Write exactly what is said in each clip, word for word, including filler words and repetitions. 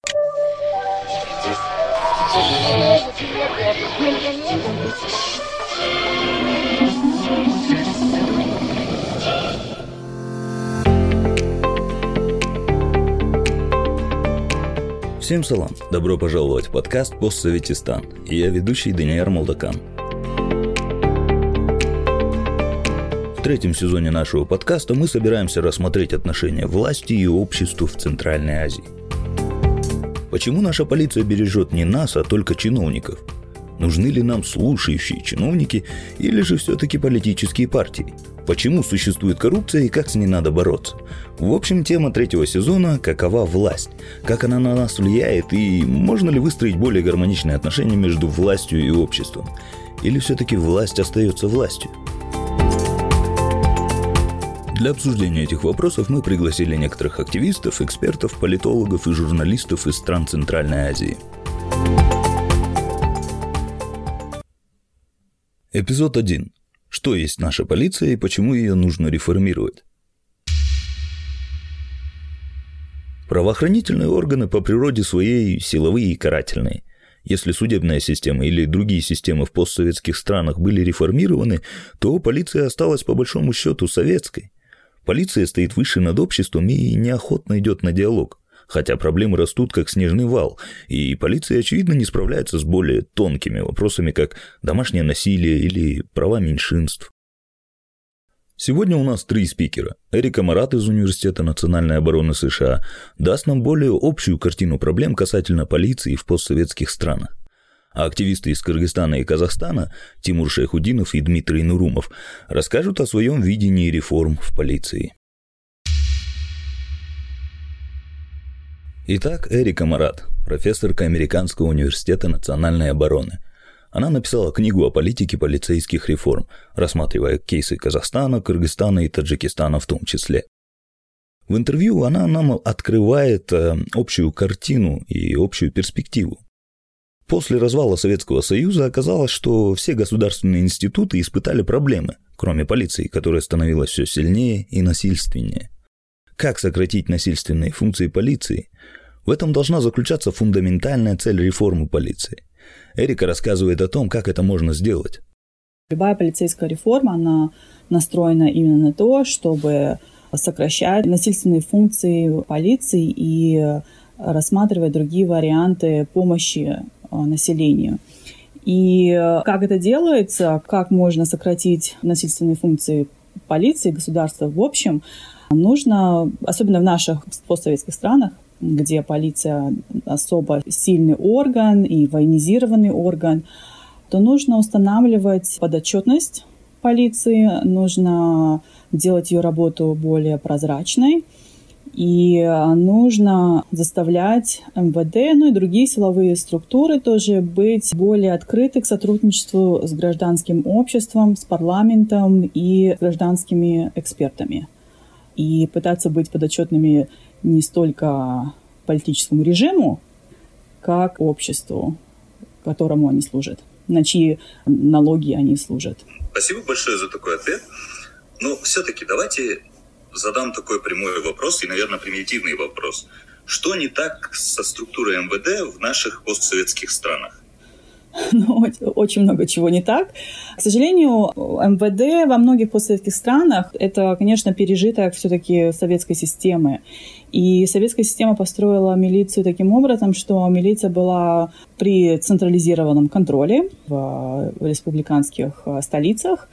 Всем салам! Добро пожаловать в подкаст «Постсоветистан». И я ведущий Данияр Молдакан. В третьем сезоне нашего подкаста мы собираемся рассмотреть отношения власти и обществу в Центральной Азии. Почему наша полиция бережет не нас, а только чиновников? Нужны ли нам слушающие чиновники или же все-таки политические партии? Почему существует коррупция и как с ней надо бороться? В общем, тема третьего сезона – какова власть? Как она на нас влияет и можно ли выстроить более гармоничные отношения между властью и обществом? Или все-таки власть остается властью? Для обсуждения этих вопросов мы пригласили некоторых активистов, экспертов, политологов и журналистов из стран Центральной Азии. Эпизод один. Что есть наша полиция и почему ее нужно реформировать? Правоохранительные органы по природе своей силовые и карательные. Если судебная система или другие системы в постсоветских странах были реформированы, то полиция осталась по большому счету советской. Полиция стоит выше над обществом и неохотно идет на диалог. Хотя проблемы растут как снежный вал, и полиция, очевидно, не справляется с более тонкими вопросами, как домашнее насилие или права меньшинств. Сегодня у нас три спикера. Эрик Амарат из Университета национальной обороны США даст нам более общую картину проблем касательно полиции в постсоветских странах. А активисты из Кыргызстана и Казахстана Тимур Шайхудинов и Дмитрий Нурумов расскажут о своем видении реформ в полиции. Итак, Эрик Амарат, профессорка Американского университета национальной обороны. Она написала книгу о политике полицейских реформ, рассматривая кейсы Казахстана, Кыргызстана и Таджикистана в том числе. В интервью она нам открывает общую картину и общую перспективу. После развала Советского Союза оказалось, что все государственные институты испытали проблемы, кроме полиции, которая становилась все сильнее и насильственнее. Как сократить насильственные функции полиции? В этом должна заключаться фундаментальная цель реформы полиции. Эрика рассказывает о том, как это можно сделать. Любая полицейская реформа, она настроена именно на то, чтобы сокращать насильственные функции полиции и рассматривать другие варианты помощи населению. И как это делается, как можно сократить насильственные функции полиции, государства в общем, нужно, особенно в наших постсоветских странах, где полиция особо сильный орган и военизированный орган, то нужно устанавливать подотчетность полиции, нужно делать ее работу более прозрачной, и нужно заставлять эм вэ дэ, ну и другие силовые структуры тоже быть более открыты к сотрудничеству с гражданским обществом, с парламентом и гражданскими экспертами. И пытаться быть подотчетными не столько политическому режиму, как обществу, которому они служат, на чьи налоги они служат. Спасибо большое за такой ответ. Но все-таки давайте задам такой прямой вопрос и, наверное, примитивный вопрос. Что не так со структурой эм вэ дэ в наших постсоветских странах? Ну, очень много чего не так. К сожалению, эм вэ дэ во многих постсоветских странах – это, конечно, пережиток все-таки советской системы. И советская система построила милицию таким образом, что милиция была при централизированном контроле в республиканских столицах,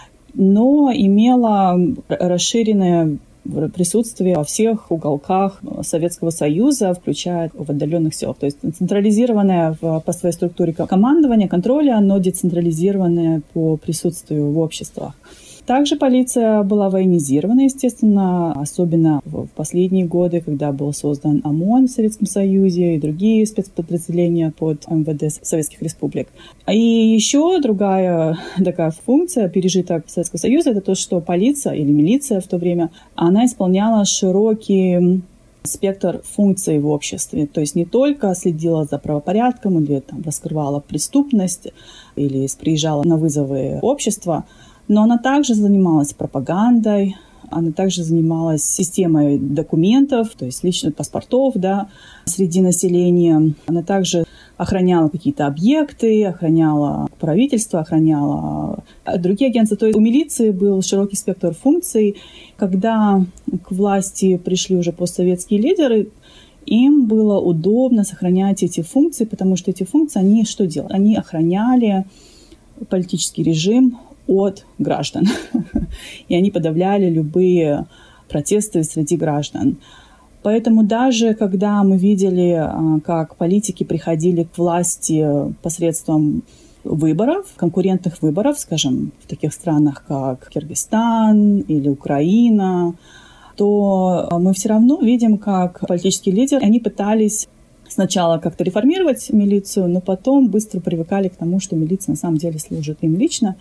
но имела расширенное присутствие во всех уголках Советского Союза, включая в отдаленных селах. То есть централизированное в, по своей структуре командование, контроля, но децентрализированное по присутствию в обществах. Также полиция была военизирована, естественно, особенно в последние годы, когда был создан ОМОН в Советском Союзе и другие спецподразделения под эм вэ дэ советских республик. И еще другая такая функция, пережиток Советского Союза, это то, что полиция или милиция в то время, она исполняла широкий спектр функций в обществе. То есть не только следила за правопорядком или там, раскрывала преступность или приезжала на вызовы общества, но она также занималась пропагандой, Она также занималась системой документов, то есть личных паспортов, да, среди населения. Она также охраняла какие-то объекты, охраняла правительство, охраняла другие агентства. То есть у милиции был широкий спектр функций. Когда к власти пришли уже постсоветские лидеры, им было удобно сохранять эти функции, потому что эти функции, они что делали? Они охраняли политический режим от граждан. И они подавляли любые протесты среди граждан. Поэтому даже когда мы видели, как политики приходили к власти посредством выборов, конкурентных выборов, скажем, в таких странах, как Кыргызстан или Украина, то мы все равно видим, как политические лидеры, они пытались сначала как-то реформировать милицию, но потом быстро привыкали к тому, что милиция на самом деле служит им лично.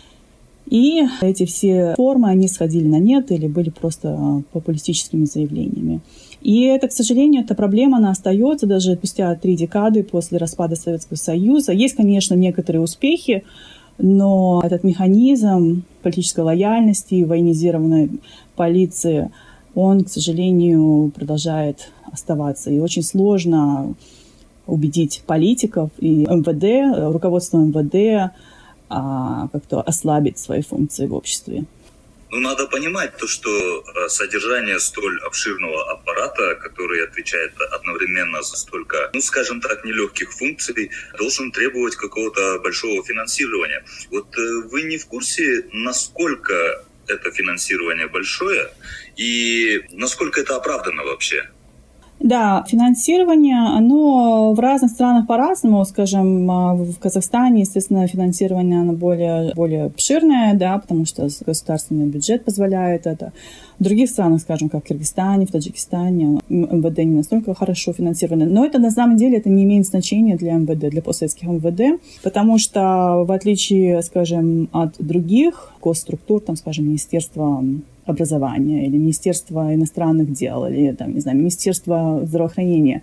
И эти все формы, они сходили на нет или были просто популистическими заявлениями. И это, к сожалению, эта проблема, она остается даже спустя три декады после распада Советского Союза. Есть, конечно, некоторые успехи, но этот механизм политической лояльности, военизированной полиции, он, к сожалению, продолжает оставаться. И очень сложно убедить политиков и эм вэ дэ, руководство эм вэ дэ, а, как-то ослабить свои функции в обществе. Ну, надо понимать то, что содержание столь обширного аппарата, который отвечает одновременно за столько, ну, скажем так, нелегких функций, должен требовать какого-то большого финансирования. Вот вы не в курсе, насколько это финансирование большое и насколько это оправдано вообще? Да, финансирование, оно в разных странах по-разному. Скажем, в Казахстане, естественно, финансирование оно более, более обширное, да, потому что государственный бюджет позволяет это. В других странах, скажем, как в Кыргызстане, в Таджикистане, эм вэ дэ не настолько хорошо финансировано. Но это, на самом деле, это не имеет значения для эм вэ дэ, для постсоветских эм вэ дэ, потому что, в отличие, скажем, от других госструктур, там, скажем, Министерства образования или Министерства иностранных дел, или, там, не знаю, Министерства здравоохранения.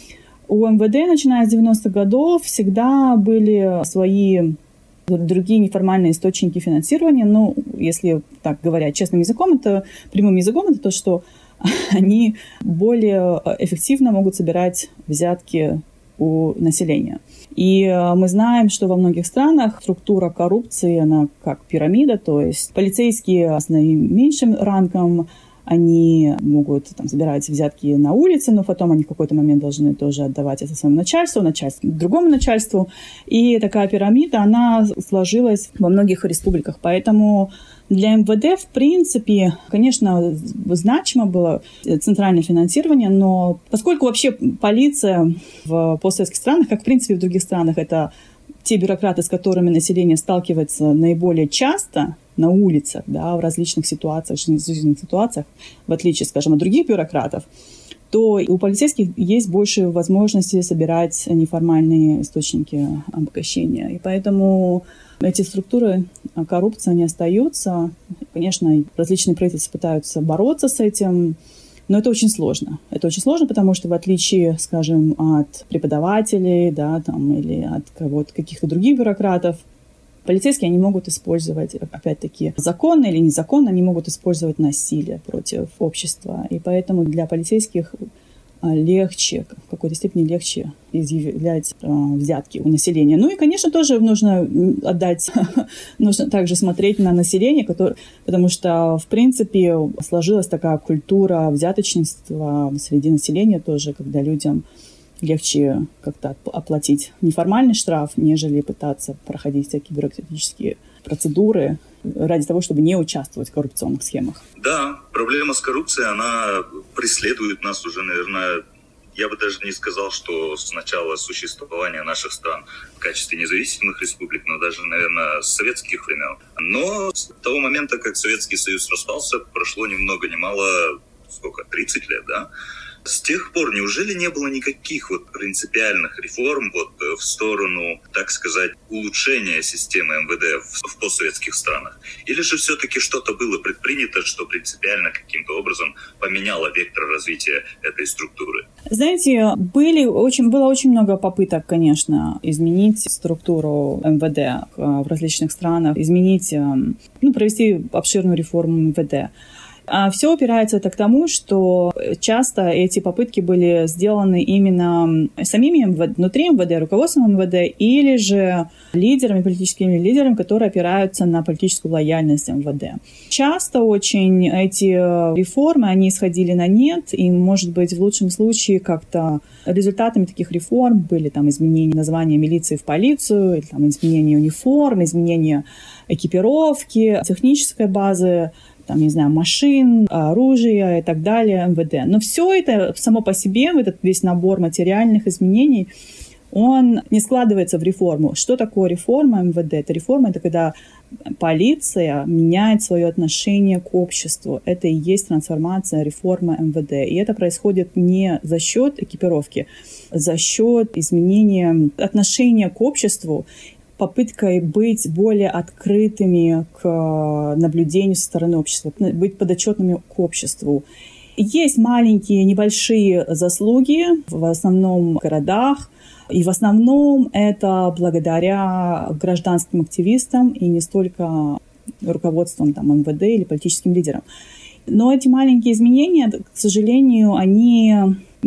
У эм вэ дэ, начиная с девяностых годов, всегда были свои другие неформальные источники финансирования. Ну, если так говоря честным языком, это прямым языком, это то, что они более эффективно могут собирать взятки у населения. И мы знаем, что во многих странах структура коррупции, она как пирамида, то есть полицейские с наименьшим рангом, они могут там собирать взятки на улице, но потом они в какой-то момент должны тоже отдавать это своему начальству, начальству другому начальству. И такая пирамида, она сложилась во многих республиках. Поэтому для эм вэ дэ, в принципе, конечно, значимо было центральное финансирование, но поскольку вообще полиция в постсоветских странах, как в принципе в других странах, это те бюрократы, с которыми население сталкивается наиболее часто на улицах, да, в различных ситуациях, жизненных ситуациях, в отличие, скажем, от других бюрократов, то у полицейских есть больше возможности собирать неформальные источники обогащения. И поэтому эти структуры коррупции, они остаются. Конечно, различные правительства пытаются бороться с этим, но это очень сложно. Это очень сложно, потому что в отличие, скажем, от преподавателей, да, там, или от кого-то, каких-то других бюрократов, полицейские, они могут использовать, опять-таки, законно или незаконно, они могут использовать насилие против общества. И поэтому для полицейских легче, в какой-то степени легче изъявлять э, взятки у населения. Ну и, конечно, тоже нужно отдать, нужно также смотреть на население, которое, потому что, в принципе, сложилась такая культура взяточничества среди населения тоже, когда людям легче как-то оплатить неформальный штраф, нежели пытаться проходить всякие бюрократические процедуры ради того, чтобы не участвовать в коррупционных схемах. Да, проблема с коррупцией, она преследует нас уже, наверное, я бы даже не сказал, что с начала существования наших стран в качестве независимых республик, но даже, наверное, с советских времен. Но с того момента, как Советский Союз распался, прошло ни много ни мало, сколько, тридцать лет, да? С тех пор неужели не было никаких вот принципиальных реформ вот в сторону, так сказать, улучшения системы эм вэ дэ в, в постсоветских странах? Или же все-таки что-то было предпринято, что принципиально каким-то образом поменяло вектор развития этой структуры? Знаете, были очень, было очень много попыток, конечно, изменить структуру эм вэ дэ в различных странах, изменить, ну, провести обширную реформу эм вэ дэ. А все упирается это к тому, что часто эти попытки были сделаны именно самими МВД, внутри МВД, руководством МВД, или же лидерами, политическими лидерами, которые опираются на политическую лояльность МВД. Часто очень эти реформы, они сходили на нет, и, может быть, в лучшем случае как-то результатами таких реформ были там изменения названия милиции в полицию, или там изменение униформ, изменение экипировки, технической базы, там, не знаю, машин, оружия и так далее, МВД. Но все это само по себе, этот весь набор материальных изменений, он не складывается в реформу. Что такое реформа МВД? Это реформа, это когда полиция меняет свое отношение к обществу. Это и есть трансформация, реформа МВД. И это происходит не за счет экипировки, за счет изменения отношения к обществу, попыткой быть более открытыми к наблюдению со стороны общества, быть подотчетными к обществу. Есть маленькие, небольшие заслуги, в основном в городах, и в основном это благодаря гражданским активистам и не столько руководством там, МВД или политическим лидерам. Но эти маленькие изменения, к сожалению, они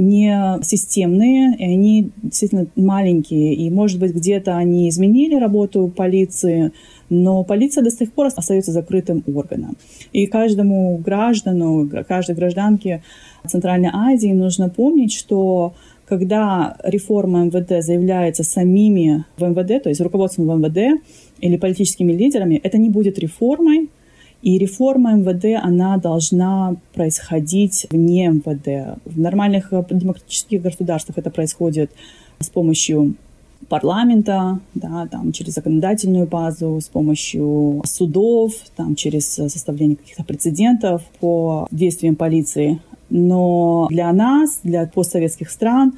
не системные, и они действительно маленькие. И, может быть, где-то они изменили работу полиции, но полиция до сих пор остается закрытым органом. И каждому граждану, каждой гражданке Центральной Азии нужно помнить, что когда реформа МВД заявляется самими в МВД, то есть руководством в МВД или политическими лидерами, это не будет реформой. И реформа МВД, она должна происходить вне МВД. В нормальных демократических государствах это происходит с помощью парламента, да, там, через законодательную базу, с помощью судов, там, через составление каких-то прецедентов по действиям полиции. Но для нас, для постсоветских стран,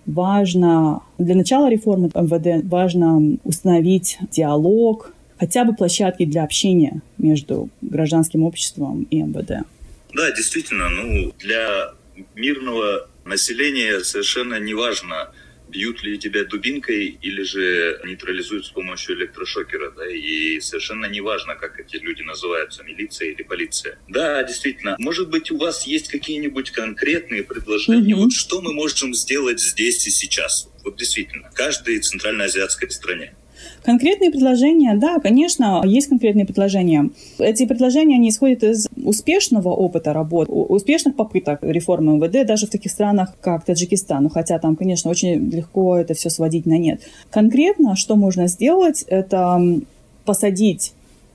важно, для начала реформы МВД важно установить диалог, хотя бы площадки для общения между гражданским обществом и МВД. Да, действительно, ну, для мирного населения совершенно не важно, бьют ли тебя дубинкой или же нейтрализуют с помощью электрошокера, да, и совершенно не важно, как эти люди называются, милиция или полиция. Да, действительно, может быть, у вас есть какие-нибудь конкретные предложения, mm-hmm. вот что мы можем сделать здесь и сейчас, вот действительно, в каждой центральноазиатской стране. Конкретные предложения, да, конечно, есть конкретные предложения. Эти предложения, они исходят из успешного опыта работы, успешных попыток реформы МВД, даже в таких странах, как Таджикистан. Ну, хотя там, конечно, очень легко это все сводить на нет. Конкретно, что можно сделать, это посадить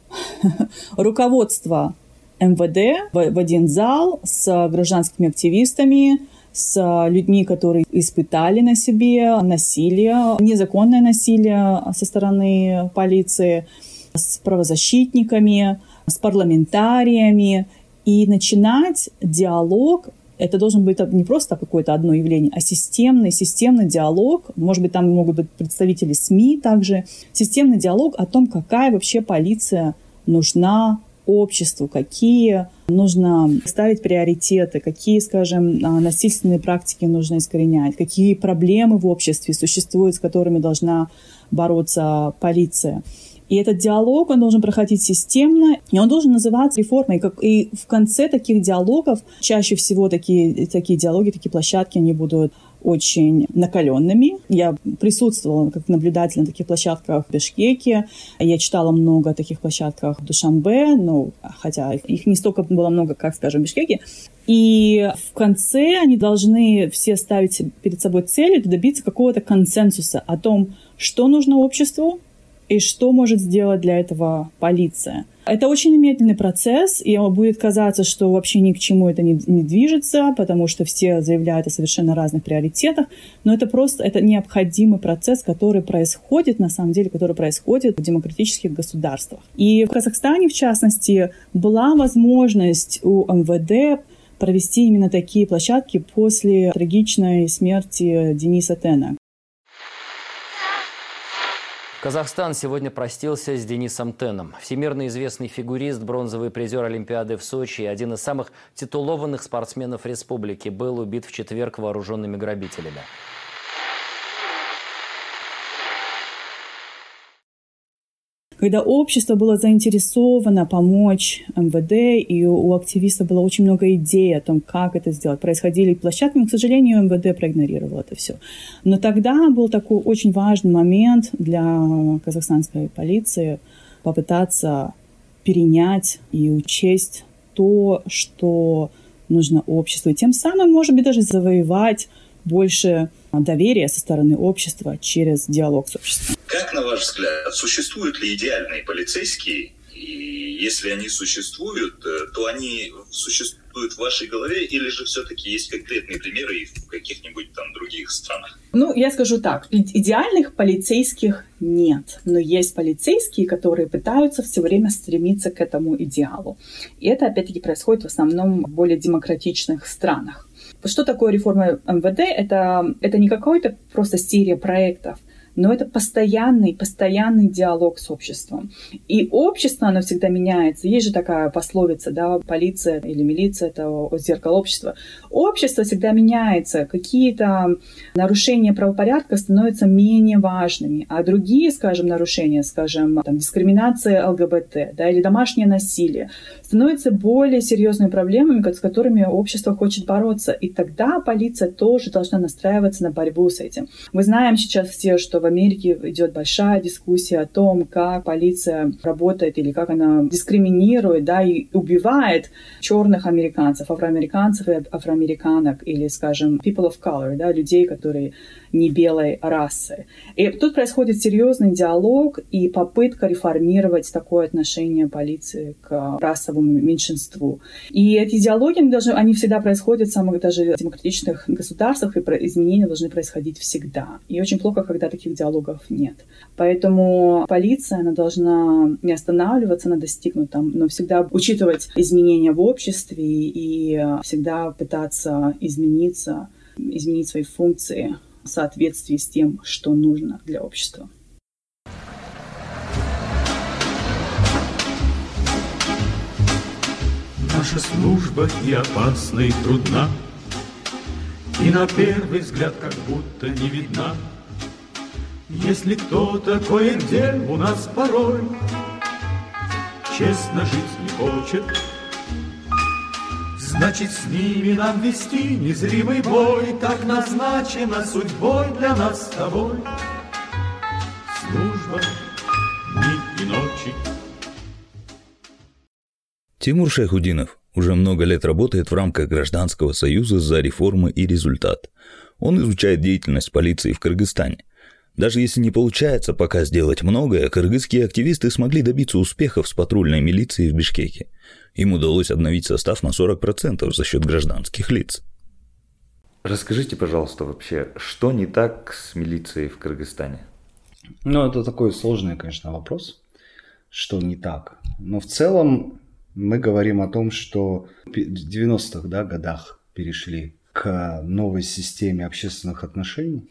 руководство МВД в один зал с гражданскими активистами, с людьми, которые испытали на себе насилие, незаконное насилие со стороны полиции, с правозащитниками, с парламентариями, и начинать диалог. Это должен быть не просто какое-то одно явление, а системный, системный диалог. Может быть, там могут быть представители СМИ также. Системный диалог о том, какая вообще полиция нужна обществу, какие нужно ставить приоритеты, какие, скажем, насильственные практики нужно искоренять, какие проблемы в обществе существуют, с которыми должна бороться полиция. И этот диалог, он должен проходить системно, и он должен называться реформой. И в конце таких диалогов, чаще всего такие, такие диалоги, такие площадки, они будут очень накаленными. Я присутствовала как наблюдатель на таких площадках в Бишкеке. Я читала много о таких площадках в Душанбе, ну, хотя их не столько было много, как, скажем, в Бишкеке. И в конце они должны все ставить перед собой цель добиться какого-то консенсуса о том, что нужно обществу и что может сделать для этого полиция. Это очень медленный процесс, и будет казаться, что вообще ни к чему это не, не движется, потому что все заявляют о совершенно разных приоритетах, но это просто это необходимый процесс, который происходит, на самом деле, который происходит в демократических государствах. И в Казахстане, в частности, была возможность у МВД провести именно такие площадки после трагичной смерти Дениса Тена. Казахстан сегодня простился с Денисом Теном. Всемирно известный фигурист, бронзовый призер Олимпиады в Сочи и один из самых титулованных спортсменов республики был убит в четверг вооруженными грабителями. когда общество было заинтересовано помочь эм вэ дэ, и у активистов было очень много идей о том, как это сделать. Происходили площадки, но, к сожалению, эм вэ дэ проигнорировал это все. Но тогда был такой очень важный момент для казахстанской полиции попытаться перенять и учесть то, что нужно обществу. И тем самым, может быть, даже завоевать больше доверия со стороны общества через диалог с обществом. Как, на ваш взгляд, существуют ли идеальные полицейские? И если они существуют, то они существуют в вашей голове, или же все-таки есть конкретные примеры в каких-нибудь там других странах? Ну, я скажу так, идеальных полицейских нет, но есть полицейские, которые пытаются все время стремиться к этому идеалу. И это, опять-таки, происходит в основном в более демократичных странах. Что такое реформа эм вэ дэ? Это, это не какой-то просто серия проектов, но это постоянный, постоянный диалог с обществом. И общество, оно всегда меняется. Есть же такая пословица, да, полиция или милиция – это зеркало общества. Общество всегда меняется. Какие-то нарушения правопорядка становятся менее важными, а другие, скажем, нарушения, скажем, там, дискриминация эл гэ бэ тэ, да, или домашнее насилие, становятся более серьезными проблемами, с которыми общество хочет бороться. И тогда полиция тоже должна настраиваться на борьбу с этим. Мы знаем сейчас все, что в Америке идет большая дискуссия о том, как полиция работает или как она дискриминирует, да, и убивает черных американцев, афроамериканцев и афроамериканок, или, скажем, people of color, да, людей, которые не белой расы. И тут происходит серьезный диалог и попытка реформировать такое отношение полиции к расовому меньшинству. И эти диалоги, они, должны, они всегда происходят в самых даже демократичных государствах, и изменения должны происходить всегда. И очень плохо, когда таких диалогов нет. Поэтому полиция, она должна не останавливаться на достигнутом, но всегда учитывать изменения в обществе и всегда пытаться измениться, изменить свои функции в соответствии с тем, что нужно для общества. Наша служба и опасна, и трудна, и на первый взгляд как будто не видна. Если кто-то кое-где у нас порой честно жить не хочет, значит, с ними нам вести незримый бой. Так назначено судьбой для нас с тобой. Служба дни и ночи. Тимур Шайхутдинов уже много лет работает в рамках Гражданского союза за реформы и результат. Он изучает деятельность полиции в Кыргызстане. Даже если не получается пока сделать многое, кыргызские активисты смогли добиться успехов с патрульной милицией в Бишкеке. Им удалось обновить состав на сорок процентов за счет гражданских лиц. Расскажите, пожалуйста, вообще, что не так с милицией в Кыргызстане? Ну, это такой сложный, конечно, вопрос, что не так. Но в целом мы говорим о том, что в девяностых, да, годах перешли к новой системе общественных отношений,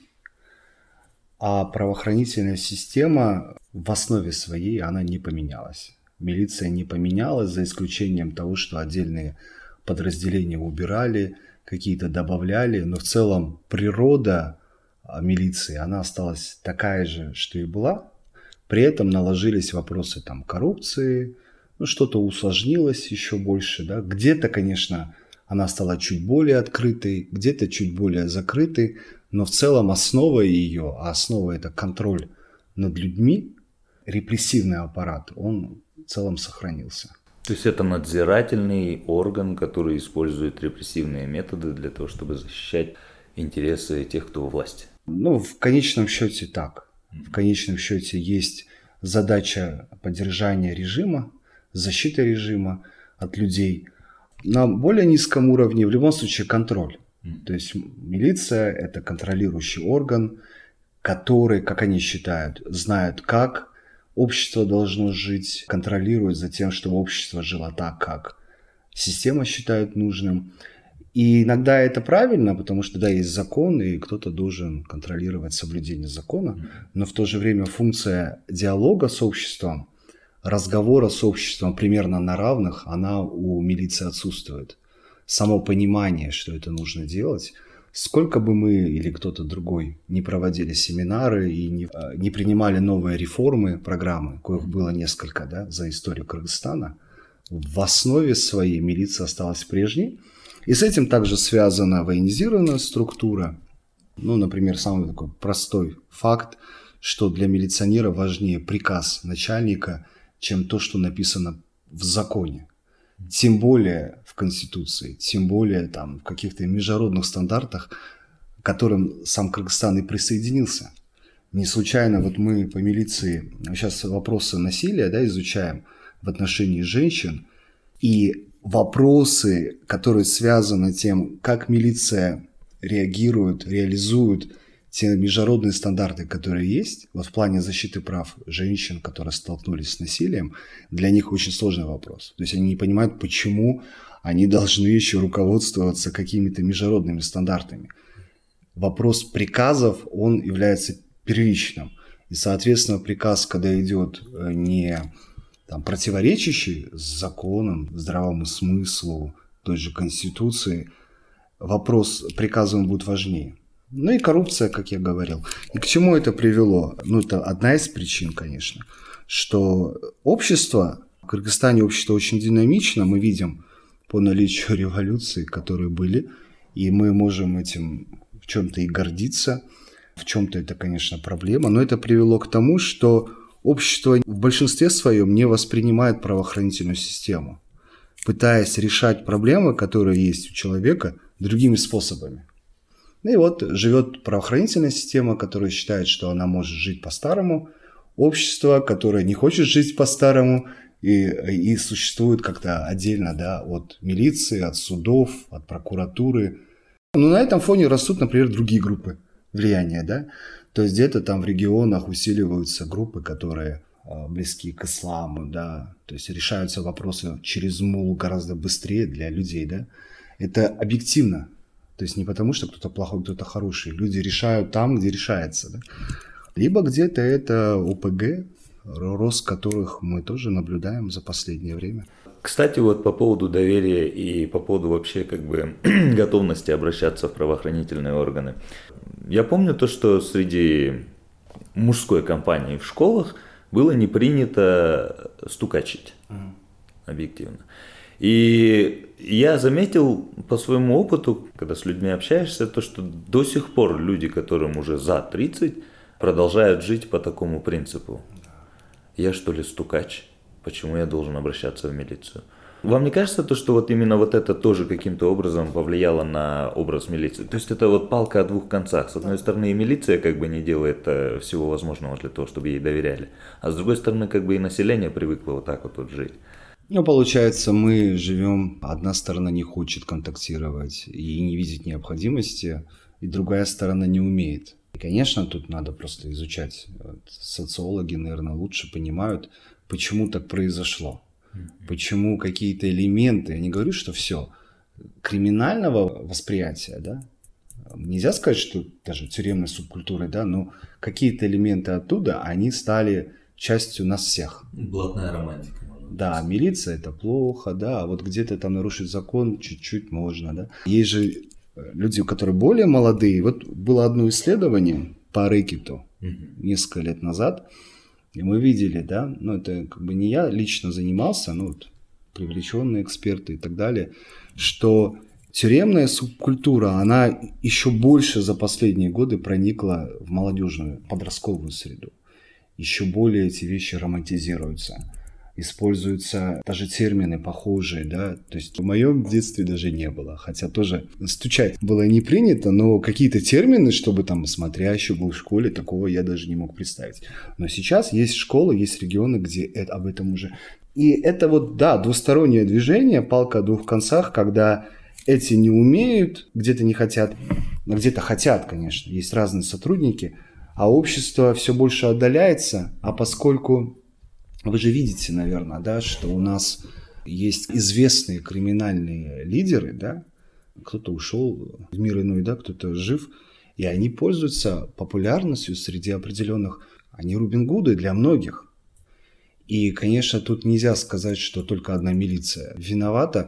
а правоохранительная система в основе своей, она не поменялась. Милиция не поменялась, за исключением того, что отдельные подразделения убирали, какие-то добавляли, но в целом природа милиции, она осталась такая же, что и была. При этом наложились вопросы там, коррупции, ну, что-то усложнилось еще больше. Да? Где-то, конечно, она стала чуть более открытой, где-то чуть более закрытой, но в целом основа ее, а основа это контроль над людьми, репрессивный аппарат, он в целом сохранился. То есть это надзирательный орган, который использует репрессивные методы для того, чтобы защищать интересы тех, кто у власти? Ну, в конечном счете так. В конечном счете есть задача поддержания режима, защиты режима от людей. На более низком уровне в любом случае контроль. То есть милиция – это контролирующий орган, который, как они считают, знает, как общество должно жить, контролирует за тем, чтобы общество жило так, как система считает нужным. И иногда это правильно, потому что, да, есть закон, и кто-то должен контролировать соблюдение закона, но в то же время функция диалога с обществом, разговора с обществом примерно на равных, она у милиции отсутствует. Само понимание, что это нужно делать, Сколько бы мы или кто-то другой не проводили семинары и не, не принимали новые реформы, программы, коих было несколько, да, за историю Кыргызстана, в основе своей милиция осталась прежней. И с этим также связана военизированная структура. Ну, например, самый такой простой факт, что для милиционера важнее приказ начальника, чем то, что написано в законе. Тем более в Конституции, тем более там, в каких-то международных стандартах, к которым сам Кыргызстан и присоединился. Не случайно вот мы по милиции сейчас вопросы насилия, да, изучаем в отношении женщин. И вопросы, которые связаны с тем, как милиция реагирует, реализует те международные стандарты, которые есть, вот в плане защиты прав женщин, которые столкнулись с насилием, для них очень сложный вопрос. То есть они не понимают, почему они должны еще руководствоваться какими-то международными стандартами. Вопрос приказов, он является первичным. И, соответственно, приказ, когда идет не там, противоречащий с законом, здравому смыслу, той же Конституции, вопрос приказа он будет важнее. Ну и коррупция, как я говорил. И к чему это привело? Ну, это одна из причин, конечно, что общество, в Кыргызстане общество очень динамично, мы видим по наличию революций, которые были, и мы можем этим в чем-то и гордиться, в чем-то это, конечно, проблема, но это привело к тому, что общество в большинстве своем не воспринимает правоохранительную систему, пытаясь решать проблемы, которые есть у человека, другими способами. И вот живет правоохранительная система, которая считает, что она может жить по-старому, общество, которое не хочет жить по-старому и, и существует как-то отдельно, да, от милиции, от судов, от прокуратуры. Но на этом фоне растут, например, другие группы влияния, да. То есть где-то там в регионах усиливаются группы, которые э, близки к исламу, да. То есть решаются вопросы через МУЛ гораздо быстрее для людей, да. Это объективно. То есть не потому, что кто-то плохой, кто-то хороший. Люди решают там, где решается. Да? Либо где-то это ОПГ, рост которых мы тоже наблюдаем за последнее время. Кстати, вот по поводу доверия и по поводу вообще как бы готовности обращаться в правоохранительные органы. Я помню то, что среди мужской компании в школах было не принято стукачить, mm. объективно. И я заметил по своему опыту, когда с людьми общаешься, то, что до сих пор люди, которым уже за тридцать, продолжают жить по такому принципу. Я что ли стукач? Почему я должен обращаться в милицию? Вам не кажется то, что вот именно вот это тоже каким-то образом повлияло на образ милиции? То есть это вот палка о двух концах. С одной стороны, и милиция как бы не делает всего возможного для того, чтобы ей доверяли. А с другой стороны, как бы и население привыкло вот так вот, вот жить. Ну, получается, мы живем, одна сторона не хочет контактировать и не видит необходимости, и другая сторона не умеет. И, конечно, тут надо просто изучать. Социологи, наверное, лучше понимают, почему так произошло. Mm-hmm. Почему какие-то элементы, я не говорю, что все, криминального восприятия, да, нельзя сказать, что даже тюремной субкультурой, да, но какие-то элементы оттуда, они стали частью нас всех. Блатная романтика. Да, милиция это плохо, да, а вот где-то там нарушить закон чуть-чуть можно, да. Есть же люди, которые более молодые. Вот было одно исследование по рэкету mm-hmm. несколько лет назад, и мы видели, да, ну это как бы не я лично занимался, ну вот привлеченные эксперты и так далее, что тюремная субкультура, она еще больше за последние годы проникла в молодежную, подростковую среду. Еще более эти вещи романтизируются. Используются даже термины похожие, да, то есть в моем детстве даже не было, хотя тоже стучать было не принято, но какие-то термины, чтобы там смотрящий был в школе, такого я даже не мог представить. Но сейчас есть школы, есть регионы, где это, об этом уже. И это вот, да, двустороннее движение, палка о двух концах, когда эти не умеют, где-то не хотят, но где-то хотят, конечно, есть разные сотрудники, а общество все больше отдаляется, а поскольку... Вы же видите, наверное, да, что у нас есть известные криминальные лидеры, да, кто-то ушел в мир иной, да, кто-то жив, и они пользуются популярностью среди определенных, они Робин Гуды для многих. И, конечно, тут нельзя сказать, что только одна милиция виновата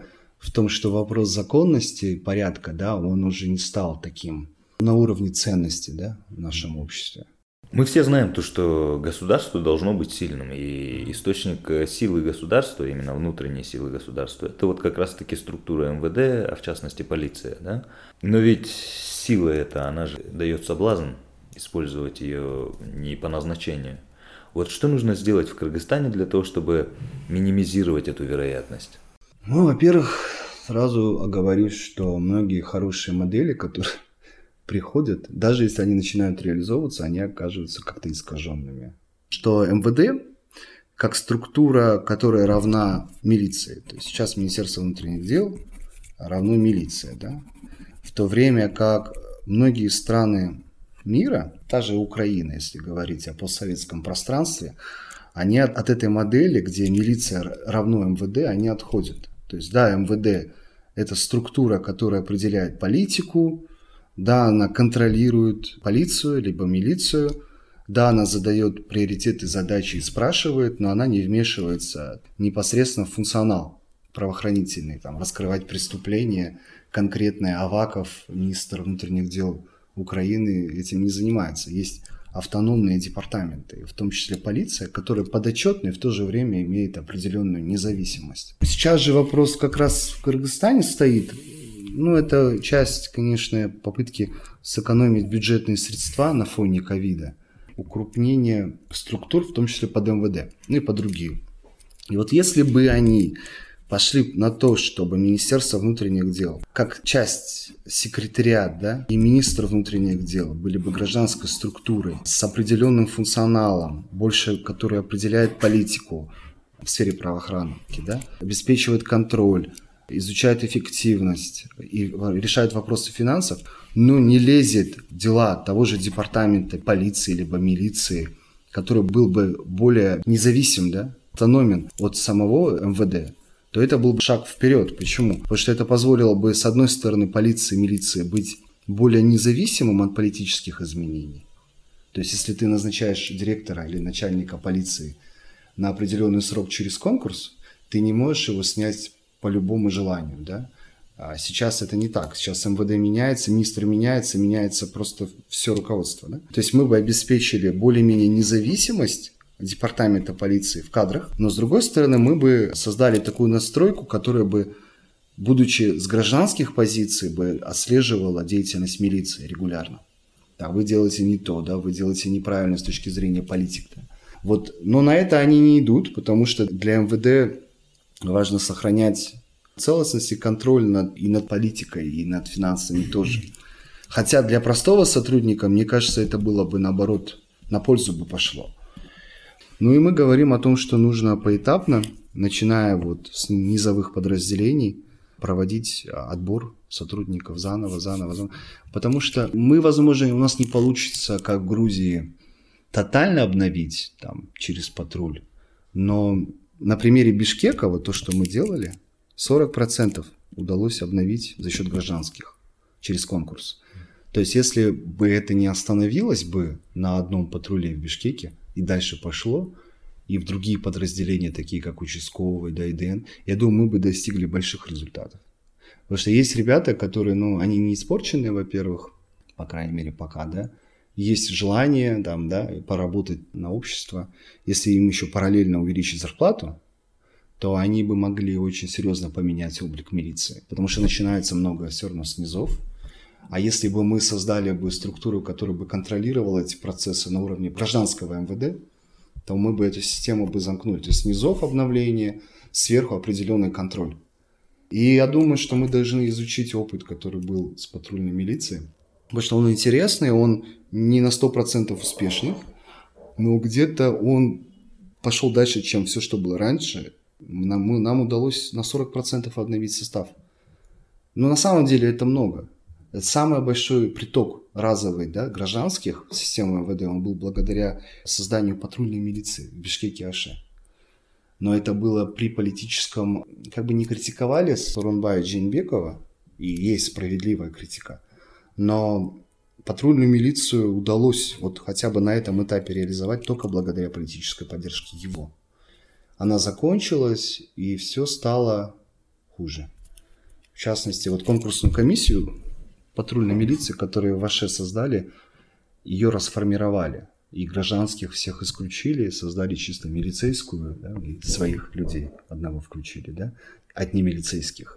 в том, что вопрос законности, порядка, да, он уже не стал таким на уровне ценности, да, в нашем обществе. Мы все знаем то, что государство должно быть сильным, и источник силы государства, именно внутренней силы государства, это вот как раз-таки структура эм вэ дэ, а в частности полиция, да. Но ведь сила эта, она же дает соблазн использовать ее не по назначению. Вот что нужно сделать в Кыргызстане для того, чтобы минимизировать эту вероятность? Ну, во-первых, сразу оговорюсь, что многие хорошие модели, которые приходят, даже если они начинают реализовываться, они оказываются как-то искаженными. Что эм вэ дэ как структура, которая равна милиции. То есть сейчас Министерство внутренних дел равно милиция, да? В то время как многие страны мира, та же Украина, если говорить о постсоветском пространстве, они от, от этой модели, где милиция равно эм вэ дэ, они отходят. То есть, да, эм вэ дэ – это структура, которая определяет политику, да, она контролирует полицию, либо милицию, да, она задает приоритеты, задачи и спрашивает, но она не вмешивается непосредственно в функционал правоохранительный, там, раскрывать преступления конкретные. Аваков, министр внутренних дел Украины, этим не занимается. Есть автономные департаменты, в том числе полиция, которая подотчетна и в то же время имеет определенную независимость. Сейчас же вопрос как раз в Кыргызстане стоит. Ну, это часть, конечно, попытки сэкономить бюджетные средства на фоне ковида, укрупнение структур, в том числе под эм вэ дэ, ну и под другие. И вот если бы они пошли на то, чтобы Министерство внутренних дел, как часть секретариат, да, и министр внутренних дел были бы гражданской структурой с определенным функционалом, больше который определяет политику в сфере правоохранки, да, обеспечивает контроль, изучает эффективность и решает вопросы финансов, но не лезет в дела того же департамента полиции либо милиции, который был бы более независим, да, автономен от самого эм вэ дэ, то это был бы шаг вперед. Почему? Потому что это позволило бы, с одной стороны, полиции, милиции быть более независимым от политических изменений. То есть, если ты назначаешь директора или начальника полиции на определенный срок через конкурс, ты не можешь его снять по любому желанию, да? А сейчас это не так. Сейчас эм вэ дэ меняется, министр меняется, меняется просто все руководство, да? То есть мы бы обеспечили более-менее независимость департамента полиции в кадрах, но с другой стороны мы бы создали такую настройку, которая бы, будучи с гражданских позиций, бы отслеживала деятельность милиции регулярно. Да, вы делаете не то, да, вы делаете неправильно с точки зрения политики. Да. Вот, но на это они не идут, потому что для эм вэ дэ важно сохранять целостность и контроль над, и над политикой, и над финансами тоже. Хотя для простого сотрудника, мне кажется, это было бы наоборот, на пользу бы пошло. Ну и мы говорим о том, что нужно поэтапно, начиная вот с низовых подразделений, проводить отбор сотрудников заново, заново, заново. Потому что мы, возможно, у нас не получится, как в Грузии, тотально обновить там, через патруль. Но на примере Бишкека, вот то, что мы делали, сорок процентов удалось обновить за счет гражданских через конкурс. То есть, если бы это не остановилось бы на одном патруле в Бишкеке, и дальше пошло, и в другие подразделения, такие как участковый, да, и дэ эн, я думаю, мы бы достигли больших результатов. Потому что есть ребята, которые, ну, они не испорченные, во-первых, по крайней мере, пока, да, есть желание, там, да, поработать на общество. Если им еще параллельно увеличить зарплату, то они бы могли очень серьезно поменять облик милиции. Потому что начинается много все равно с низов. А если бы мы создали бы структуру, которая бы контролировала эти процессы на уровне гражданского эм вэ дэ, то мы бы эту систему бы замкнули. То есть низов обновление, сверху определенный контроль. И я думаю, что мы должны изучить опыт, который был с патрульной милицией. Потому что он интересный, он не на сто процентов успешный, но где-то он пошел дальше, чем все, что было раньше. Нам, нам удалось на сорок процентов обновить состав. Но на самом деле это много. Это самый большой приток разовый, да, гражданских в систему эм вэ дэ, он был благодаря созданию патрульной милиции в Бишкеке-Аше. Но это было при политическом, как бы не критиковали Сооронбая Джейнбекова, и есть справедливая критика, но патрульную милицию удалось вот хотя бы на этом этапе реализовать только благодаря политической поддержке его. Она закончилась, и все стало хуже. В частности, вот конкурсную комиссию патрульной милиции, которую в Аше создали, ее расформировали. И гражданских всех исключили, создали чисто милицейскую, да, и своих людей одного включили, да, от немилицейских.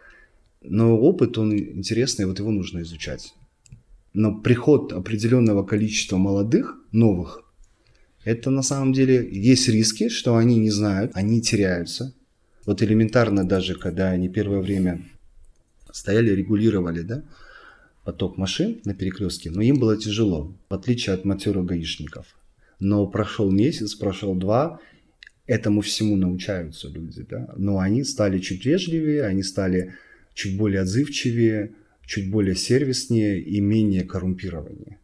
Но опыт, он интересный, вот его нужно изучать. Но приход определенного количества молодых, новых, это на самом деле есть риски, что они не знают, они теряются. Вот элементарно даже, когда они первое время стояли, регулировали, да, поток машин на перекрестке, но им было тяжело, в отличие от матерых гаишников. Но прошел месяц, прошел два, этому всему научаются люди, да. Но они стали чуть вежливее, они стали чуть более отзывчивее, чуть более сервиснее и менее коррумпированнее.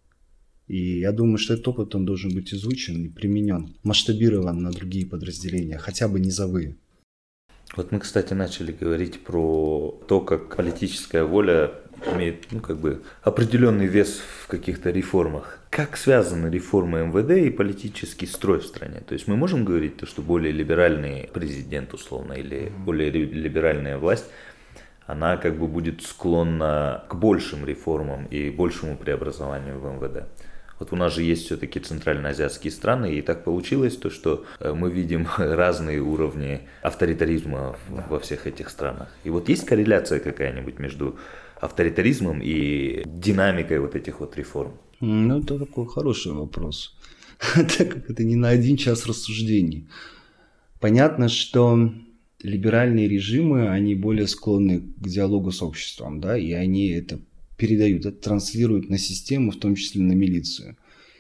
И я думаю, что этот опыт, он должен быть изучен и применен, масштабирован на другие подразделения, хотя бы низовые. Вот мы, кстати, начали говорить про то, как политическая воля имеет, ну, как бы определенный вес в каких-то реформах. Как связаны реформы эм вэ дэ и политический строй в стране? То есть мы можем говорить, то, что более либеральный президент, условно, или более либеральная власть, она как бы будет склонна к большим реформам и большему преобразованию в эм вэ дэ. Вот у нас же есть все-таки центральноазиатские страны, и так получилось то, что мы видим разные уровни авторитаризма во всех этих странах. И вот есть корреляция какая-нибудь между авторитаризмом и динамикой вот этих вот реформ? Ну, это такой хороший вопрос, так как это не на один час рассуждений. Понятно, что либеральные режимы, они более склонны к диалогу с обществом, да, и они это передают, это транслируют на систему, в том числе на милицию.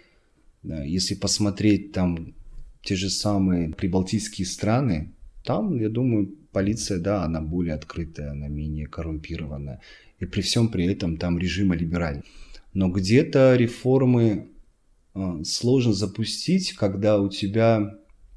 Да, если посмотреть там те же самые прибалтийские страны, там, я думаю, полиция, да, она более открытая, она менее коррумпированная. И при всем при этом там режимы либеральные. Но где-то реформы э, сложно запустить, когда у тебя,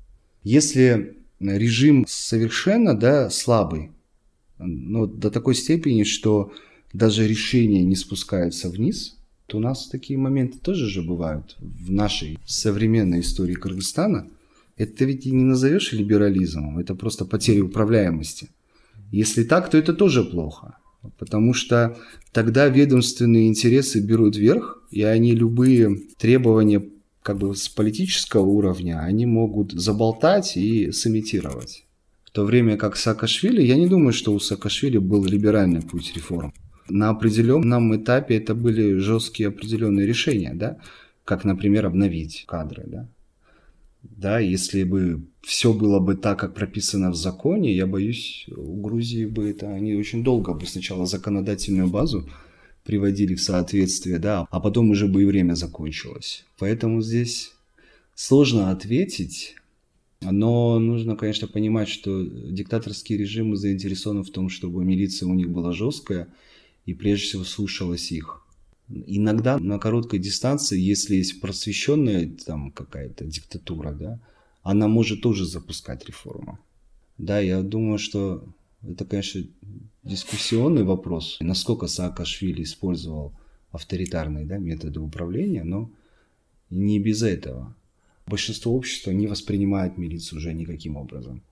если режим совершенно, да, слабый, но до такой степени, что даже решения не спускаются вниз, то у нас такие моменты тоже же бывают в нашей современной истории Кыргызстана. Это ведь и не назовешь либерализмом, это просто потеря управляемости. Если так, то это тоже плохо, потому что тогда ведомственные интересы берут верх, и они любые требования как бы с политического уровня, они могут заболтать и сымитировать. В то время как Саакашвили, я не думаю, что у Саакашвили был либеральный путь реформ. На определенном этапе это были жесткие определенные решения, да, как, например, обновить кадры, да. Да, если бы все было бы так, как прописано в законе, я боюсь, у Грузии бы это, они очень долго бы сначала законодательную базу приводили в соответствие, да, а потом уже бы и время закончилось. Поэтому здесь сложно ответить, но нужно, конечно, понимать, что диктаторские режимы заинтересованы в том, чтобы милиция у них была жесткая и прежде всего слушалась их. Иногда на короткой дистанции, если есть просвещенная там какая-то диктатура, да, она может тоже запускать реформу. Да, я думаю, что это, конечно, дискуссионный вопрос, насколько Саакашвили использовал авторитарные, да, методы управления, но не без этого. Большинство общества не воспринимает милицию уже никаким образом.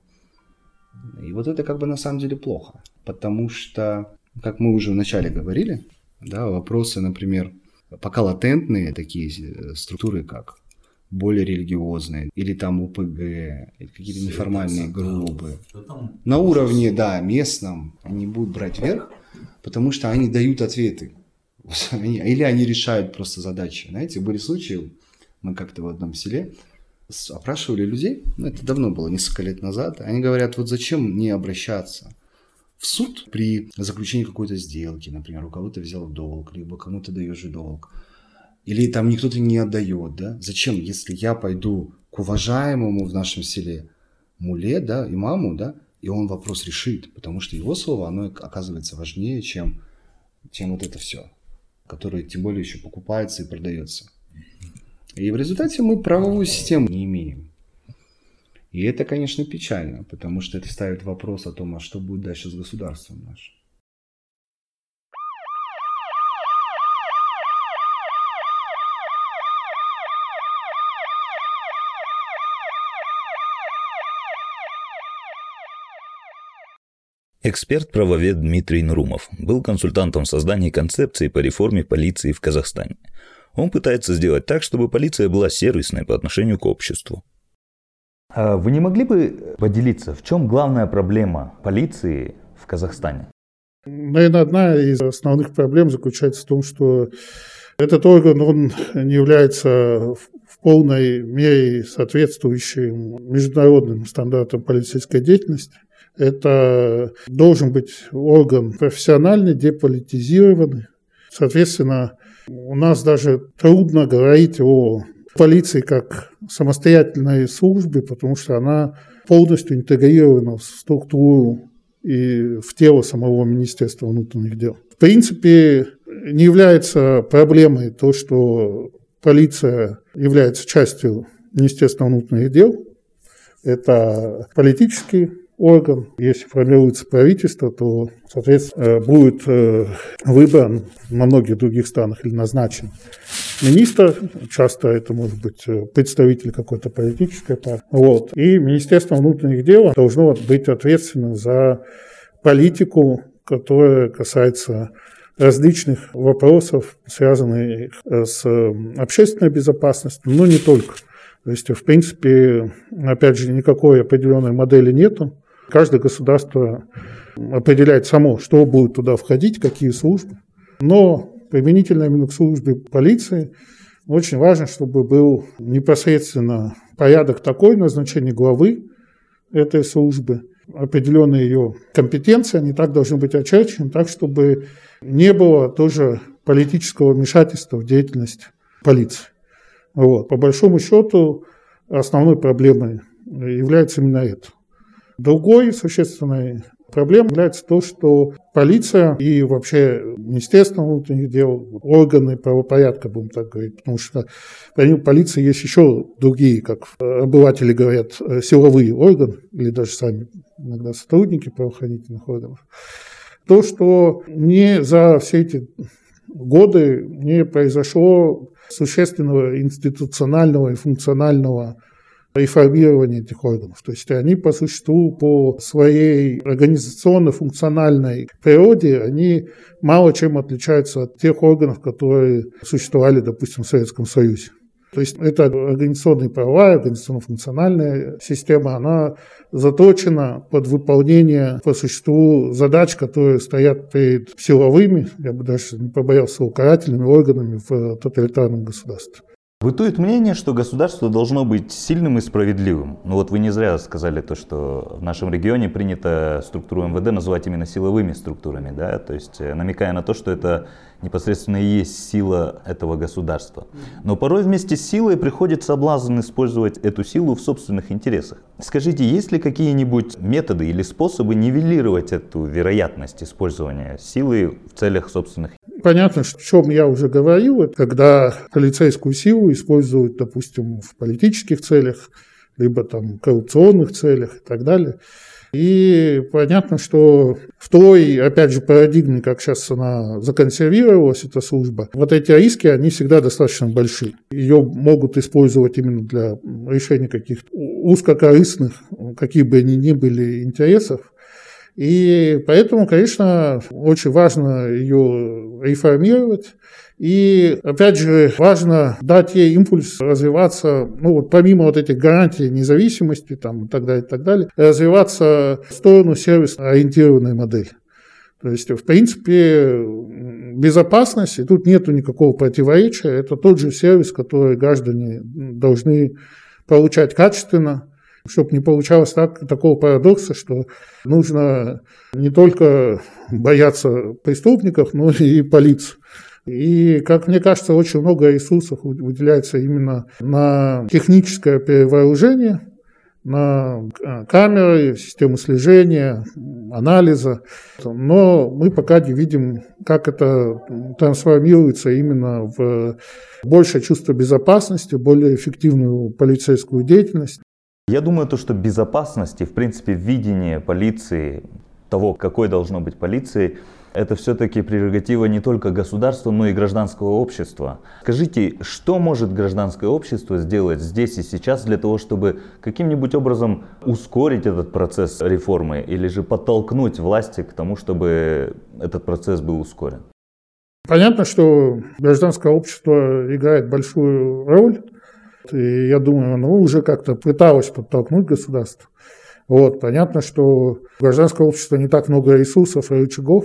И вот это как бы на самом деле плохо, потому что, как мы уже вначале говорили, да, вопросы, например, пока латентные такие структуры, как более религиозные, или там о пэ гэ, или какие-то неформальные группы, на уровне, да, местном, они будут брать верх, потому что они дают ответы. Или они решают просто задачи. Знаете, были случаи, мы как-то в одном селе опрашивали людей, ну, это давно было, несколько лет назад, они говорят, вот зачем мне обращаться в суд при заключении какой-то сделки, например, у кого-то взял долг, либо кому-то даешь долг, или там никто-то не отдает, да? Зачем, если я пойду к уважаемому в нашем селе муле, да, имаму, да, и он вопрос решит, потому что его слово, оно оказывается важнее, чем, чем вот это все, которое тем более еще покупается и продается. И в результате мы правовую систему не имеем. И это, конечно, печально, потому что это ставит вопрос о том, а что будет дальше с государством нашим. Эксперт-правовед Дмитрий Нурумов был консультантом в создании концепции по реформе полиции в Казахстане. Он пытается сделать так, чтобы полиция была сервисной по отношению к обществу. Вы не могли бы поделиться, в чем главная проблема полиции в Казахстане? Наверное, одна из основных проблем заключается в том, что этот орган, он не является в полной мере соответствующим международным стандартам полицейской деятельности. Это должен быть орган профессиональный, деполитизированный. Соответственно, у нас даже трудно говорить о полиции как самостоятельной службе, потому что она полностью интегрирована в структуру и в тело самого Министерства внутренних дел. В принципе, не является проблемой то, что полиция является частью Министерства внутренних дел. Это политический орган. Если формируется правительство, то, соответственно, будет выбран на многих других странах или назначен министр. Часто это может быть представитель какой-то политической партии. Вот. И Министерство внутренних дел должно быть ответственным за политику, которая касается различных вопросов, связанных с общественной безопасностью, но не только. То есть, в принципе, опять же, никакой определенной модели нету. Каждое государство определяет само, что будет туда входить, какие службы. Но применительно именно к службе полиции очень важно, чтобы был непосредственно порядок такой назначения главы этой службы, определенные ее компетенции, они так должны быть очерчены, так, чтобы не было тоже политического вмешательства в деятельность полиции. Вот. По большому счету, основной проблемой является именно это. Другой существенной проблемой является то, что полиция и вообще Министерство внутренних дел, органы правопорядка, будем так говорить, потому что у полиции есть еще другие, как обыватели говорят, силовые органы, или даже сами иногда сотрудники правоохранительных органов. То, что не за все эти годы не произошло существенного институционального и функционального реформирования этих органов. То есть они по существу, по своей организационно-функциональной природе, они мало чем отличаются от тех органов, которые существовали, допустим, в Советском Союзе. То есть эта организационная правовая, организационно-функциональная система, она заточена под выполнение по существу задач, которые стоят перед силовыми, я бы даже не побоялся слова, карательными органами в тоталитарном государстве. Бытует мнение, что государство должно быть сильным и справедливым. Ну вот вы не зря сказали то, что в нашем регионе принято структуру эм вэ дэ называть именно силовыми структурами, да, то есть намекая на то, что это непосредственно и есть сила этого государства. Но порой вместе с силой приходит соблазн использовать эту силу в собственных интересах. Скажите, есть ли какие-нибудь методы или способы нивелировать эту вероятность использования силы в целях собственных интересов? Понятно, о чем я уже говорил, это когда полицейскую силу используют, допустим, в политических целях, либо там коррупционных целях и так далее. И понятно, что в той, опять же, парадигме, как сейчас она законсервировалась, эта служба, вот эти риски, они всегда достаточно большие. Ее могут использовать именно для решения каких-то узкокорыстных, каких бы они ни были, интересов. И поэтому, конечно, очень важно ее реформировать. И, опять же, важно дать ей импульс развиваться, ну вот помимо вот этих гарантий независимости там, и так далее, и так далее, развиваться в сторону сервисно-ориентированной модели. То есть, в принципе, безопасность, и тут нету никакого противоречия, это тот же сервис, который граждане должны получать качественно, чтобы не получалось так, такого парадокса, что нужно не только бояться преступников, но и полицию. И, как мне кажется, очень много ресурсов выделяется именно на техническое перевооружение, на камеры, систему слежения, анализа. Но мы пока не видим, как это трансформируется именно в большее чувство безопасности, более эффективную полицейскую деятельность. Я думаю, то, что безопасность и, в принципе, видение полиции, того, какой должно быть полиции, это все-таки прерогатива не только государства, но и гражданского общества. Скажите, что может гражданское общество сделать здесь и сейчас для того, чтобы каким-нибудь образом ускорить этот процесс реформы или же подтолкнуть власти к тому, чтобы этот процесс был ускорен? Понятно, что гражданское общество играет большую роль, и я думаю, оно уже как-то пыталось подтолкнуть государство. Вот, понятно, что у гражданского общества не так много ресурсов и рычагов,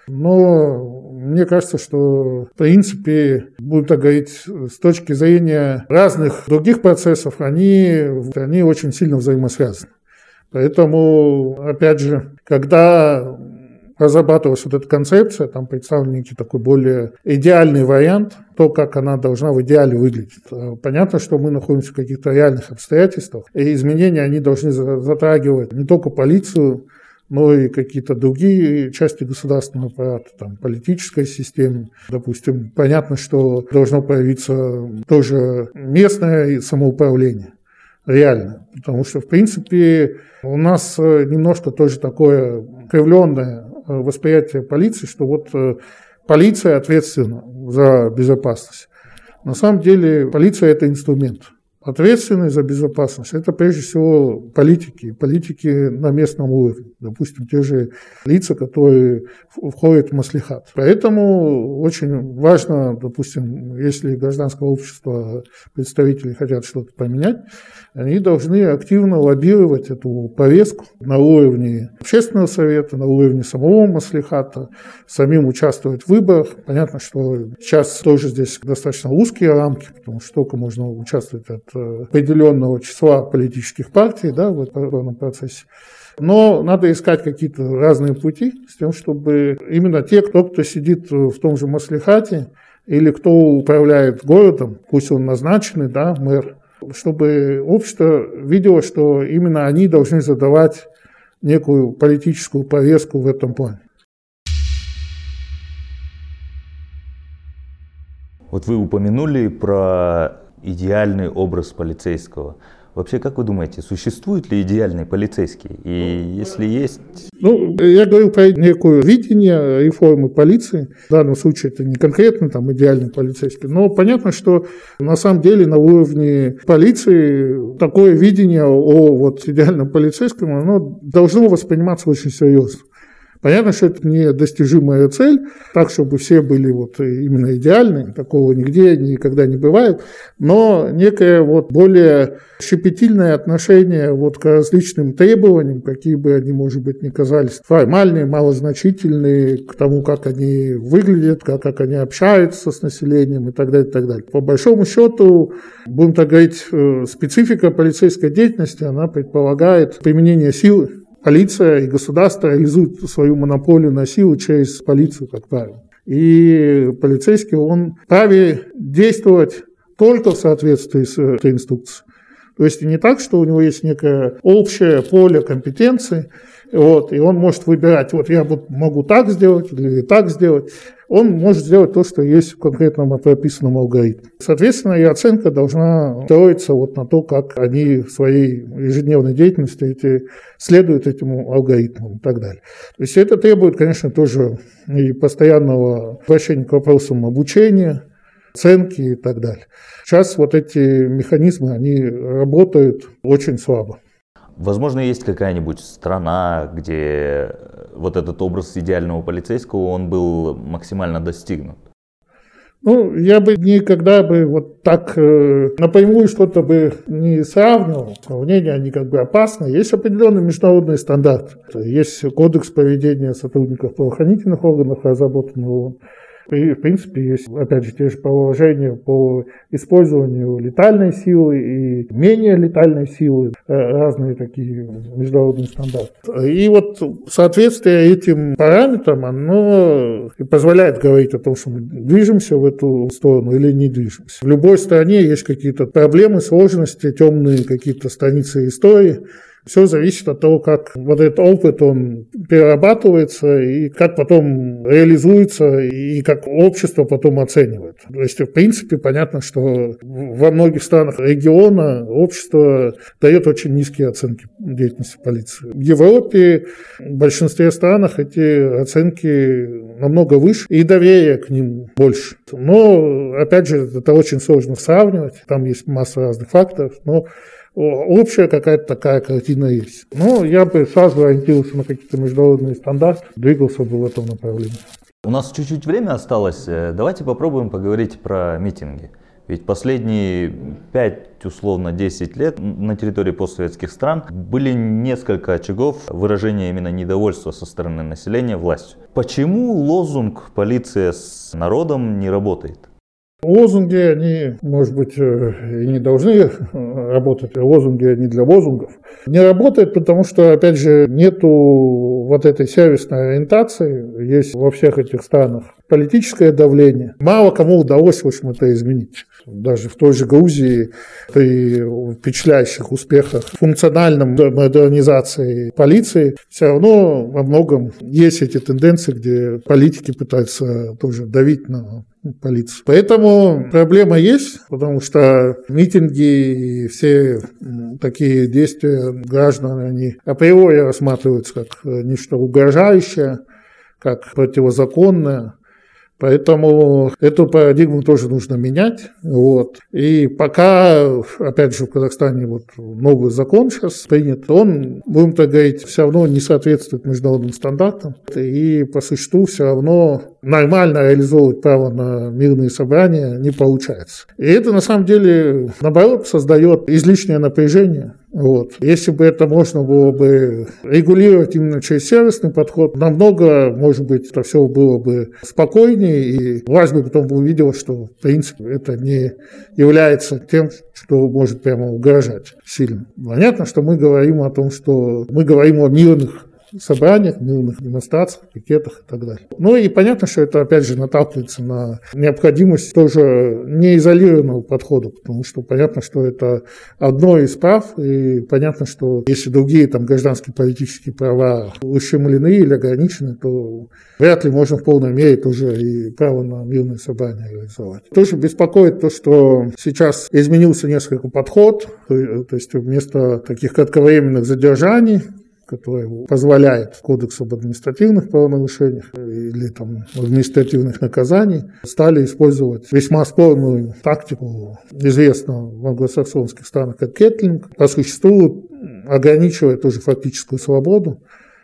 но мне кажется, что в принципе, будем так говорить, с точки зрения разных других процессов, они, они очень сильно взаимосвязаны. Поэтому, опять же, когда разрабатывалась вот эта концепция, там представлен некий такой более идеальный вариант, то, как она должна в идеале выглядеть. Понятно, что мы находимся в каких-то реальных обстоятельствах, и изменения, они должны затрагивать не только полицию, но и какие-то другие части государственного аппарата, там, политической системы. Допустим, понятно, что должно появиться тоже местное самоуправление. Реально. Потому что, в принципе, у нас немножко тоже такое кривленное восприятие полиции, что вот полиция ответственна за безопасность. На самом деле полиция – это инструмент. Ответственность за безопасность – это прежде всего политики, политики на местном уровне, допустим, те же лица, которые входят в маслихат. Поэтому очень важно, допустим, если гражданское общество, представители хотят что-то поменять, они должны активно лоббировать эту повестку на уровне общественного совета, на уровне самого маслихата, самим участвовать в выборах. Понятно, что сейчас тоже здесь достаточно узкие рамки, потому что только можно участвовать от определенного числа политических партий, да, в этом процессе. Но надо искать какие-то разные пути с тем, чтобы именно те, кто, кто сидит в том же маслихате или кто управляет городом, пусть он назначенный, да, мэр, чтобы общество видело, что именно они должны задавать некую политическую повестку в этом плане. Вот вы упомянули про идеальный образ полицейского. Вообще, как вы думаете, существует ли идеальный полицейский? И если есть... Ну, я говорю про некое видение реформы полиции. В данном случае это не конкретно там идеальный полицейский. Но понятно, что на самом деле на уровне полиции такое видение о вот идеальном полицейском, оно должно восприниматься очень серьезно. Понятно, что это недостижимая цель, так, чтобы все были вот именно идеальны, такого нигде никогда не бывает, но некое вот более щепетильное отношение вот к различным требованиям, какие бы они, может быть, ни казались формальные, малозначительные, к тому, как они выглядят, как, как они общаются с населением и так далее, и так далее. По большому счету, будем так говорить, специфика полицейской деятельности, она предполагает применение силы. Полиция и государство реализуют свою монополию на силу через полицию, как правило. И полицейский, он вправе действовать только в соответствии с этой инструкцией. То есть не так, что у него есть некое общее поле компетенций, вот, и он может выбирать, вот я могу так сделать или так сделать. Он может сделать то, что есть в конкретном прописанном алгоритме. Соответственно, и оценка должна строиться вот на то, как они в своей ежедневной деятельности эти, следуют этому алгоритму и так далее. То есть это требует, конечно, тоже и постоянного обращения к вопросам обучения, оценки и так далее. Сейчас вот эти механизмы, они работают очень слабо. Возможно, есть какая-нибудь страна, где вот этот образ идеального полицейского, он был максимально достигнут? Ну, я бы никогда бы вот так э, напрямую что-то бы не сравнивал. Сравнения, они как бы опасны. Есть определенный международный стандарт. Есть кодекс поведения сотрудников правоохранительных органов, разработанный ООН. И, в принципе, есть, опять же, те же положения по использованию летальной силы и менее летальной силы, разные такие международные стандарты. И вот соответствие этим параметрам, оно позволяет говорить о том, что мы движемся в эту сторону или не движемся. В любой стране есть какие-то проблемы, сложности, темные какие-то страницы истории, Все зависит от того, как вот этот опыт, он перерабатывается, и как потом реализуется, и как общество потом оценивает. То есть, в принципе, понятно, что во многих странах региона общество дает очень низкие оценки деятельности полиции. В Европе, в большинстве странах эти оценки намного выше, и доверие к ним больше. Но, опять же, это очень сложно сравнивать, там есть масса разных факторов, но общая какая-то такая картина есть. Но я бы сразу ориентировался на какие-то международные стандарты, двигался бы в этом направлении. У нас чуть-чуть время осталось. Давайте попробуем поговорить про митинги. Ведь последние пять, условно, десять лет на территории постсоветских стран были несколько очагов выражения именно недовольства со стороны населения властью. Почему лозунг «полиция с народом» не работает? Лозунги, они, может быть, и не должны работать, лозунги, они для лозунгов. Не работает, потому что, опять же, нету вот этой сервисной ориентации, есть во всех этих странах политическое давление. Мало кому удалось, в общем, это изменить. Даже в той же Грузии при впечатляющих успехах функциональной модернизации полиции все равно во многом есть эти тенденции, где политики пытаются тоже давить на полицию. Поэтому проблема есть, потому что митинги и все такие действия граждан, они априори рассматриваются как нечто угрожающее, как противозаконное. Поэтому эту парадигму тоже нужно менять. Вот. И пока, опять же, в Казахстане вот новый закон сейчас принят, он, будем так говорить, все равно не соответствует международным стандартам. И по существу все равно нормально реализовывать право на мирные собрания не получается. И это, на самом деле, наоборот, создает излишнее напряжение. Вот. Если бы это можно было бы регулировать именно через сервисный подход, намного, может быть, это все было бы спокойнее, и власть бы потом увидела, что, в принципе, это не является тем, что может прямо угрожать сильно. Понятно, что мы говорим о том, что мы говорим о мирных собраниях, мирных демонстрациях, пикетах и так далее. Ну и понятно, что это опять же наталкивается на необходимость тоже неизолированного подхода, потому что понятно, что это одно из прав, и понятно, что если другие там гражданские политические права ущемлены или ограничены, то вряд ли можно в полной мере тоже и право на мирное собрание реализовать. Тоже беспокоит то, что сейчас изменился несколько подход, то есть вместо таких кратковременных задержаний, который позволяет Кодекс об административных правонарушениях или там, административных наказаний, стали использовать весьма спорную тактику, известную в англосаксонских странах как кеттлинг, по существу ограничивая тоже фактическую свободу.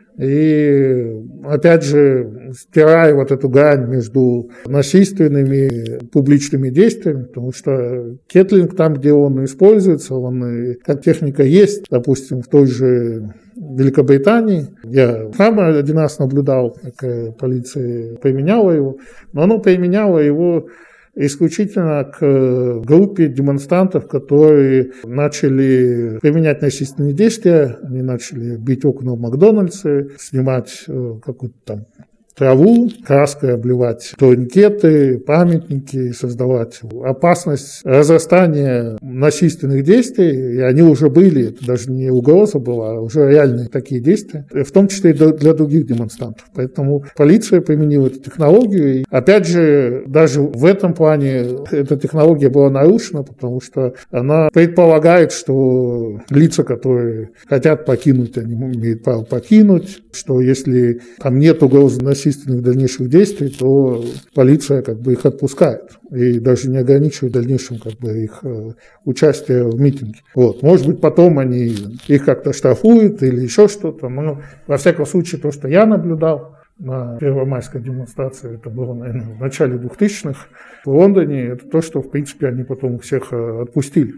И, опять же, стирая вот эту грань между насильственными публичными действиями, потому что кеттлинг там, где он используется, он как техника есть, допустим, в той же Великобритании. Я сам один раз наблюдал, как полиция применяла его, но она применяла его исключительно к группе демонстрантов, которые начали применять насильственные действия. Они начали бить окна в Макдональдсе, снимать какую-то там траву, краской обливать турникеты, памятники, создавать опасность разрастания насильственных действий. И они уже были, это даже не угроза была, а уже реальные такие действия, в том числе и для других демонстрантов. Поэтому полиция применила эту технологию. И опять же, даже в этом плане эта технология была нарушена, потому что она предполагает, что лица, которые хотят покинуть, они имеют право покинуть, что если там нет угрозы насильственных дальнейших действий, то полиция как бы их отпускает и даже не ограничивает в дальнейшем как бы их э, участие в митинге. Вот. Может быть, потом они их как-то штрафуют или еще что-то, но во всяком случае то, что я наблюдал на первомайской демонстрации, это было, наверное, в начале двухтысячных в Лондоне, это то, что, в принципе, они потом всех отпустили.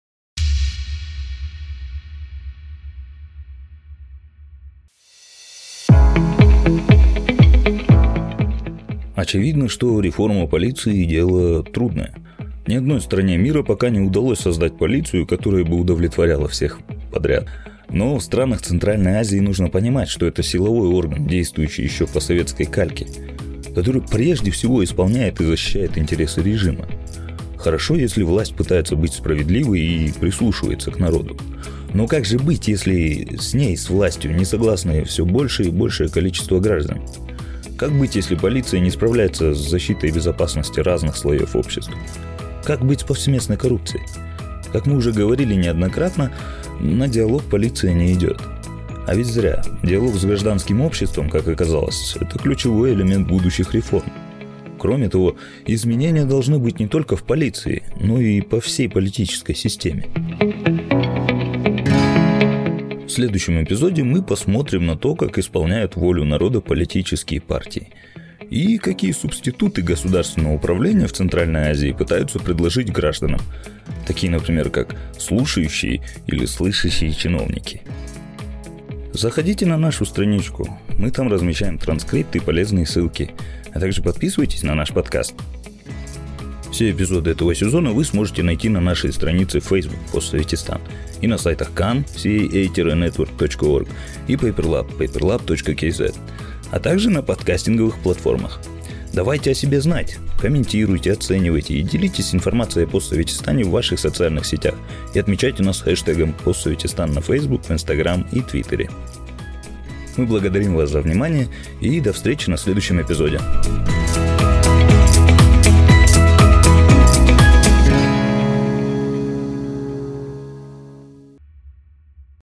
Очевидно, что реформа полиции – дело трудное. Ни одной стране мира пока не удалось создать полицию, которая бы удовлетворяла всех подряд. Но в странах Центральной Азии нужно понимать, что это силовой орган, действующий еще по советской кальке, который прежде всего исполняет и защищает интересы режима. Хорошо, если власть пытается быть справедливой и прислушивается к народу. Но как же быть, если с ней, с властью, не согласны все больше и большее количество граждан? Как быть, если полиция не справляется с защитой безопасности разных слоев общества? Как быть с повсеместной коррупцией? Как мы уже говорили неоднократно, на диалог полиция не идет. А ведь зря. Диалог с гражданским обществом, как оказалось, это ключевой элемент будущих реформ. Кроме того, изменения должны быть не только в полиции, но и по всей политической системе. В следующем эпизоде мы посмотрим на то, как исполняют волю народа политические партии. И какие субституты государственного управления в Центральной Азии пытаются предложить гражданам. Такие, например, как слушающие или слышащие чиновники. Заходите на нашу страничку. Мы там размещаем транскрипты и полезные ссылки. А также подписывайтесь на наш подкаст. Все эпизоды этого сезона вы сможете найти на нашей странице в Facebook «Постсоветистан» и на сайтах кан си эй эй нетворк точка орг и PaperLab paperlab точка кей зет, а также на подкастинговых платформах. Давайте о себе знать, комментируйте, оценивайте и делитесь информацией о Постсоветистане в ваших социальных сетях и отмечайте нас хэштегом Постсоветистан на Facebook, в Instagram и Твиттере. Мы благодарим вас за внимание и до встречи на следующем эпизоде.